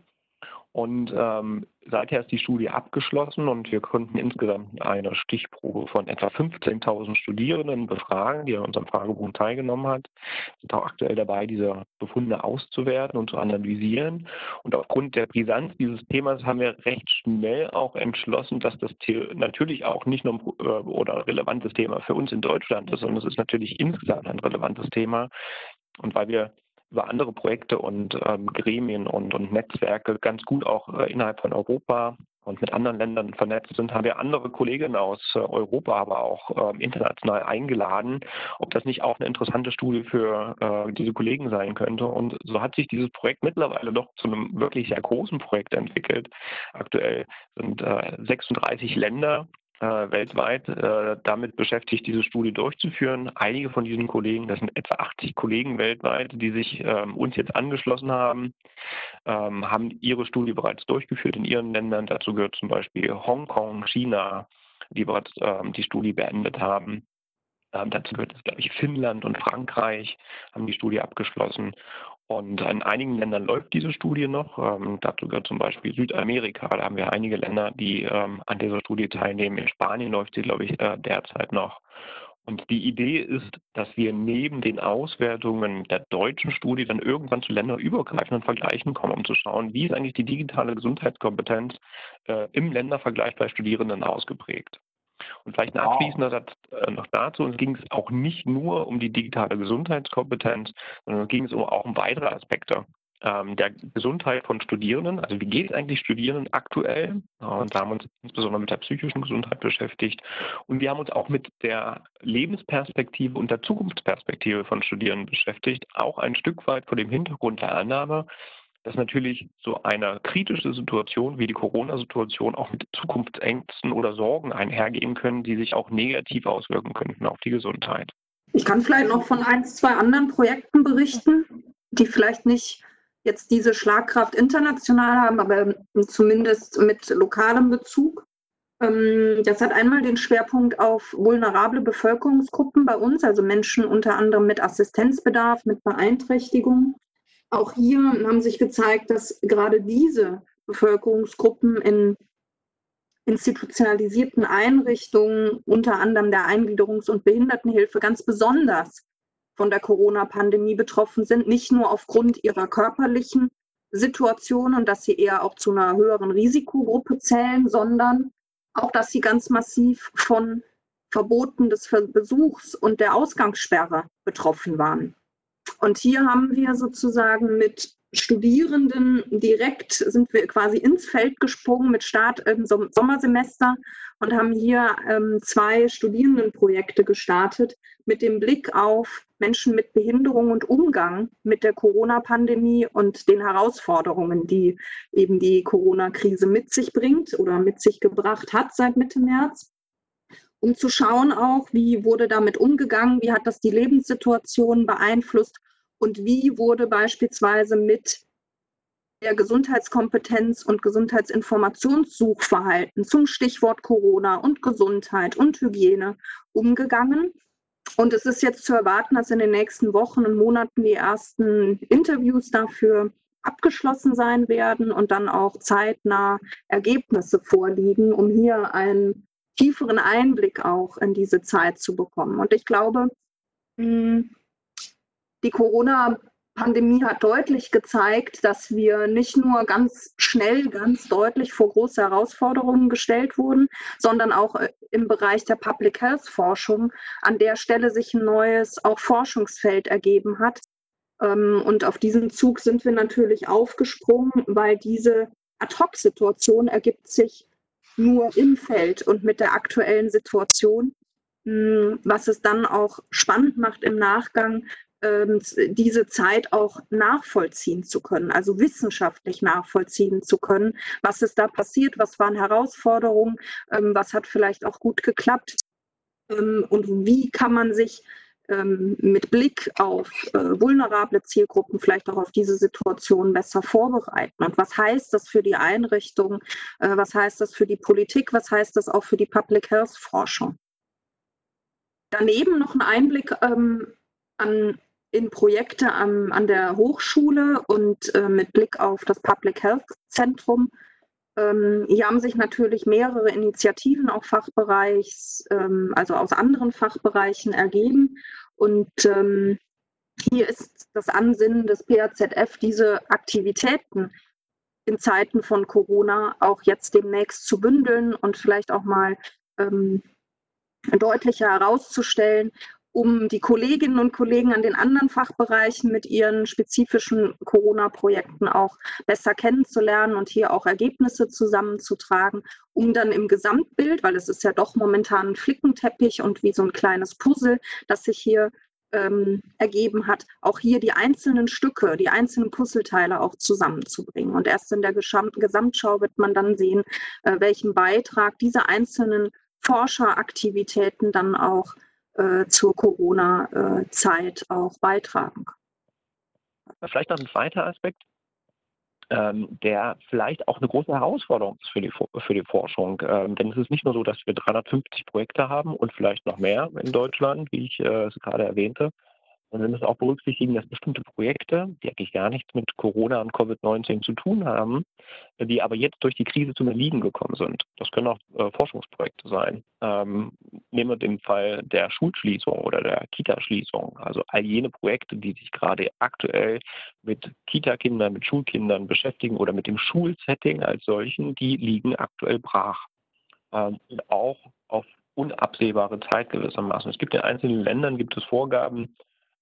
Und ähm, seither ist die Studie abgeschlossen und wir konnten insgesamt eine Stichprobe von etwa fünfzehntausend Studierenden befragen, die an unserem Fragebogen teilgenommen hat. Wir sind auch aktuell dabei, diese Befunde auszuwerten und zu analysieren. Und aufgrund der Brisanz dieses Themas haben wir recht schnell auch entschlossen, dass das natürlich auch nicht nur ein äh, oder relevantes Thema für uns in Deutschland ist, sondern es ist natürlich insgesamt ein relevantes Thema. Und weil wir über andere Projekte und ähm, Gremien und, und Netzwerke ganz gut auch äh, innerhalb von Europa und mit anderen Ländern vernetzt sind, haben wir andere Kolleginnen aus äh, Europa, aber auch ähm, international eingeladen, ob das nicht auch eine interessante Studie für äh, diese Kollegen sein könnte. Und so hat sich dieses Projekt mittlerweile doch zu einem wirklich sehr großen Projekt entwickelt. Aktuell sind äh, sechsunddreißig Länder Äh, weltweit äh, damit beschäftigt, diese Studie durchzuführen. Einige von diesen Kollegen, das sind etwa achtzig Kollegen weltweit, die sich ähm, uns jetzt angeschlossen haben, ähm, haben ihre Studie bereits durchgeführt in ihren Ländern. Dazu gehört zum Beispiel Hongkong, China, die bereits ähm, die Studie beendet haben. Ähm, dazu gehört, glaube ich, Finnland und Frankreich haben die Studie abgeschlossen. Und in einigen Ländern läuft diese Studie noch. Ähm, dazu gehört zum Beispiel Südamerika. Da haben wir einige Länder, die ähm, an dieser Studie teilnehmen. In Spanien läuft sie, glaube ich, äh, derzeit noch. Und die Idee ist, dass wir neben den Auswertungen der deutschen Studie dann irgendwann zu länderübergreifenden Vergleichen kommen, um zu schauen, wie ist eigentlich die digitale Gesundheitskompetenz äh, im Ländervergleich bei Studierenden ausgeprägt. Und vielleicht ein abschließender Satz äh, noch dazu. Es ging es auch nicht nur um die digitale Gesundheitskompetenz, sondern es ging es um, auch um weitere Aspekte ähm, der Gesundheit von Studierenden. Also wie geht es eigentlich Studierenden aktuell? Ja, und da haben wir uns insbesondere mit der psychischen Gesundheit beschäftigt. Und wir haben uns auch mit der Lebensperspektive und der Zukunftsperspektive von Studierenden beschäftigt, auch ein Stück weit vor dem Hintergrund der Annahme, dass natürlich so eine kritische Situation wie die Corona-Situation auch mit Zukunftsängsten oder Sorgen einhergehen können, die sich auch negativ auswirken könnten auf die Gesundheit. Ich kann vielleicht noch von ein, zwei anderen Projekten berichten, die vielleicht nicht jetzt diese Schlagkraft international haben, aber zumindest mit lokalem Bezug. Das hat einmal den Schwerpunkt auf vulnerable Bevölkerungsgruppen bei uns, also Menschen unter anderem mit Assistenzbedarf, mit Beeinträchtigung. Auch hier haben sich gezeigt, dass gerade diese Bevölkerungsgruppen in institutionalisierten Einrichtungen, unter anderem der Eingliederungs- und Behindertenhilfe, ganz besonders von der Corona-Pandemie betroffen sind, nicht nur aufgrund ihrer körperlichen Situation und dass sie eher auch zu einer höheren Risikogruppe zählen, sondern auch, dass sie ganz massiv von Verboten des Besuchs und der Ausgangssperre betroffen waren. Und hier haben wir sozusagen mit Studierenden direkt, sind wir quasi ins Feld gesprungen mit Start im Sommersemester und haben hier ähm, zwei Studierendenprojekte gestartet mit dem Blick auf Menschen mit Behinderung und Umgang mit der Corona-Pandemie und den Herausforderungen, die eben die Corona-Krise mit sich bringt oder mit sich gebracht hat seit Mitte März. Um zu schauen auch, wie wurde damit umgegangen, wie hat das die Lebenssituation beeinflusst und wie wurde beispielsweise mit der Gesundheitskompetenz und Gesundheitsinformationssuchverhalten zum Stichwort Corona und Gesundheit und Hygiene umgegangen. Und es ist jetzt zu erwarten, dass in den nächsten Wochen und Monaten die ersten Interviews dafür abgeschlossen sein werden und dann auch zeitnah Ergebnisse vorliegen, um hier einen tieferen Einblick auch in diese Zeit zu bekommen. Und ich glaube, die Corona-Pandemie hat deutlich gezeigt, dass wir nicht nur ganz schnell, ganz deutlich vor große Herausforderungen gestellt wurden, sondern auch im Bereich der Public Health Forschung an der Stelle sich ein neues auch Forschungsfeld ergeben hat. Und auf diesen Zug sind wir natürlich aufgesprungen, weil diese Ad-Hoc-Situation ergibt sich nur im Feld und mit der aktuellen Situation, was es dann auch spannend macht im Nachgang, diese Zeit auch nachvollziehen zu können, also wissenschaftlich nachvollziehen zu können, was ist da passiert, was waren Herausforderungen, was hat vielleicht auch gut geklappt und wie kann man sich mit Blick auf vulnerable Zielgruppen vielleicht auch auf diese Situation besser vorbereiten. Und was heißt das für die Einrichtung, was heißt das für die Politik, was heißt das auch für die Public Health Forschung? Daneben noch ein Einblick ähm, an, in Projekte an, an der Hochschule und äh, mit Blick auf das Public Health Zentrum. Ähm, hier haben sich natürlich mehrere Initiativen auch Fachbereichs, ähm, also aus anderen Fachbereichen ergeben. Und ähm, hier ist das Ansinnen des P A Z F, diese Aktivitäten in Zeiten von Corona auch jetzt demnächst zu bündeln und vielleicht auch mal ähm, deutlicher herauszustellen, um die Kolleginnen und Kollegen an den anderen Fachbereichen mit ihren spezifischen Corona-Projekten auch besser kennenzulernen und hier auch Ergebnisse zusammenzutragen, um dann im Gesamtbild, weil es ist ja doch momentan ein Flickenteppich und wie so ein kleines Puzzle, das sich hier ähm, ergeben hat, auch hier die einzelnen Stücke, die einzelnen Puzzleteile auch zusammenzubringen. Und erst in der Gesamt- Gesamtschau wird man dann sehen, äh, welchen Beitrag diese einzelnen Forscheraktivitäten dann auch äh, zur Corona-Zeit auch beitragen. Vielleicht noch ein zweiter Aspekt. ähm, der vielleicht auch eine große Herausforderung ist für die, für die Forschung. Ähm, denn es ist nicht nur so, dass wir dreihundertfünfzig Projekte haben und vielleicht noch mehr in Deutschland, wie ich äh, es gerade erwähnte. Und wir müssen auch berücksichtigen, dass bestimmte Projekte, die eigentlich gar nichts mit Corona und Covid neunzehn zu tun haben, die aber jetzt durch die Krise zum Erliegen gekommen sind. Das können auch äh, Forschungsprojekte sein. Ähm, nehmen wir den Fall der Schulschließung oder der Kitaschließung. Also all jene Projekte, die sich gerade aktuell mit Kitakindern, mit Schulkindern beschäftigen oder mit dem Schulsetting als solchen, die liegen aktuell brach. Ähm, und auch auf unabsehbare Zeit gewissermaßen. Es gibt in einzelnen Ländern gibt es Vorgaben,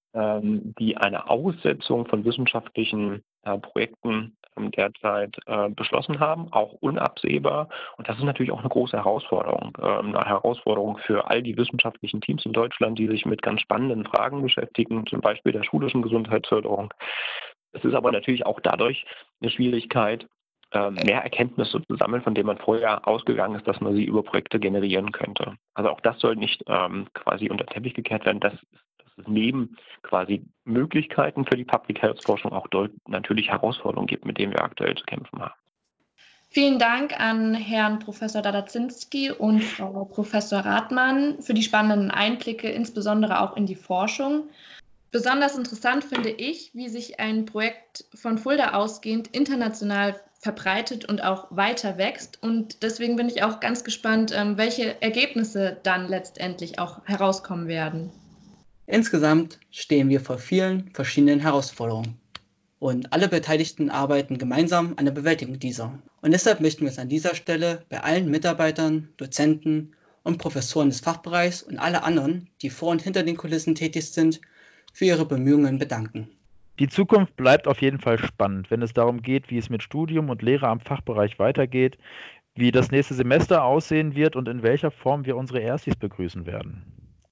die eine Aussetzung von wissenschaftlichen äh, Projekten ähm, derzeit äh, beschlossen haben, auch unabsehbar. Und das ist natürlich auch eine große Herausforderung. Äh, eine Herausforderung für all die wissenschaftlichen Teams in Deutschland, die sich mit ganz spannenden Fragen beschäftigen, zum Beispiel der schulischen Gesundheitsförderung. Es ist aber natürlich auch dadurch eine Schwierigkeit, äh, mehr Erkenntnisse zu sammeln, von denen man vorher ausgegangen ist, dass man sie über Projekte generieren könnte. Also auch das soll nicht ähm, quasi unter den Teppich gekehrt werden. Das ist es neben quasi Möglichkeiten für die Public Health Forschung auch dort natürlich Herausforderungen gibt, mit denen wir aktuell zu kämpfen haben. Vielen Dank an Herrn Professor Dadaczynski und Frau Professor Rathmann für die spannenden Einblicke, insbesondere auch in die Forschung. Besonders interessant finde ich, wie sich ein Projekt von Fulda ausgehend international verbreitet und auch weiter wächst. Und deswegen bin ich auch ganz gespannt, welche Ergebnisse dann letztendlich auch herauskommen werden. Insgesamt stehen wir vor vielen verschiedenen Herausforderungen und alle Beteiligten arbeiten gemeinsam an der Bewältigung dieser. Und deshalb möchten wir uns an dieser Stelle bei allen Mitarbeitern, Dozenten und Professoren des Fachbereichs und alle anderen, die vor und hinter den Kulissen tätig sind, für ihre Bemühungen bedanken. Die Zukunft bleibt auf jeden Fall spannend, wenn es darum geht, wie es mit Studium und Lehre am Fachbereich weitergeht, wie das nächste Semester aussehen wird und in welcher Form wir unsere Erstis begrüßen werden.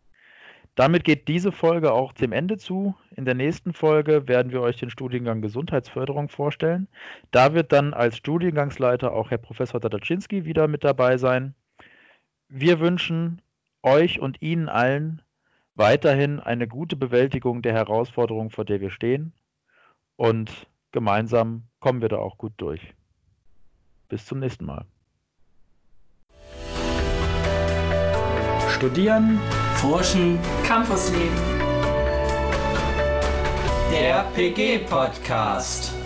Damit geht diese Folge auch dem Ende zu. In der nächsten Folge werden wir euch den Studiengang Gesundheitsförderung vorstellen. Da wird dann als Studiengangsleiter auch Herr Professor Dadaczynski wieder mit dabei sein. Wir wünschen euch und Ihnen allen weiterhin eine gute Bewältigung der Herausforderung, vor der wir stehen. Und gemeinsam kommen wir da auch gut durch. Bis zum nächsten Mal. Studieren, forschen, Campusleben. Der P G Podcast.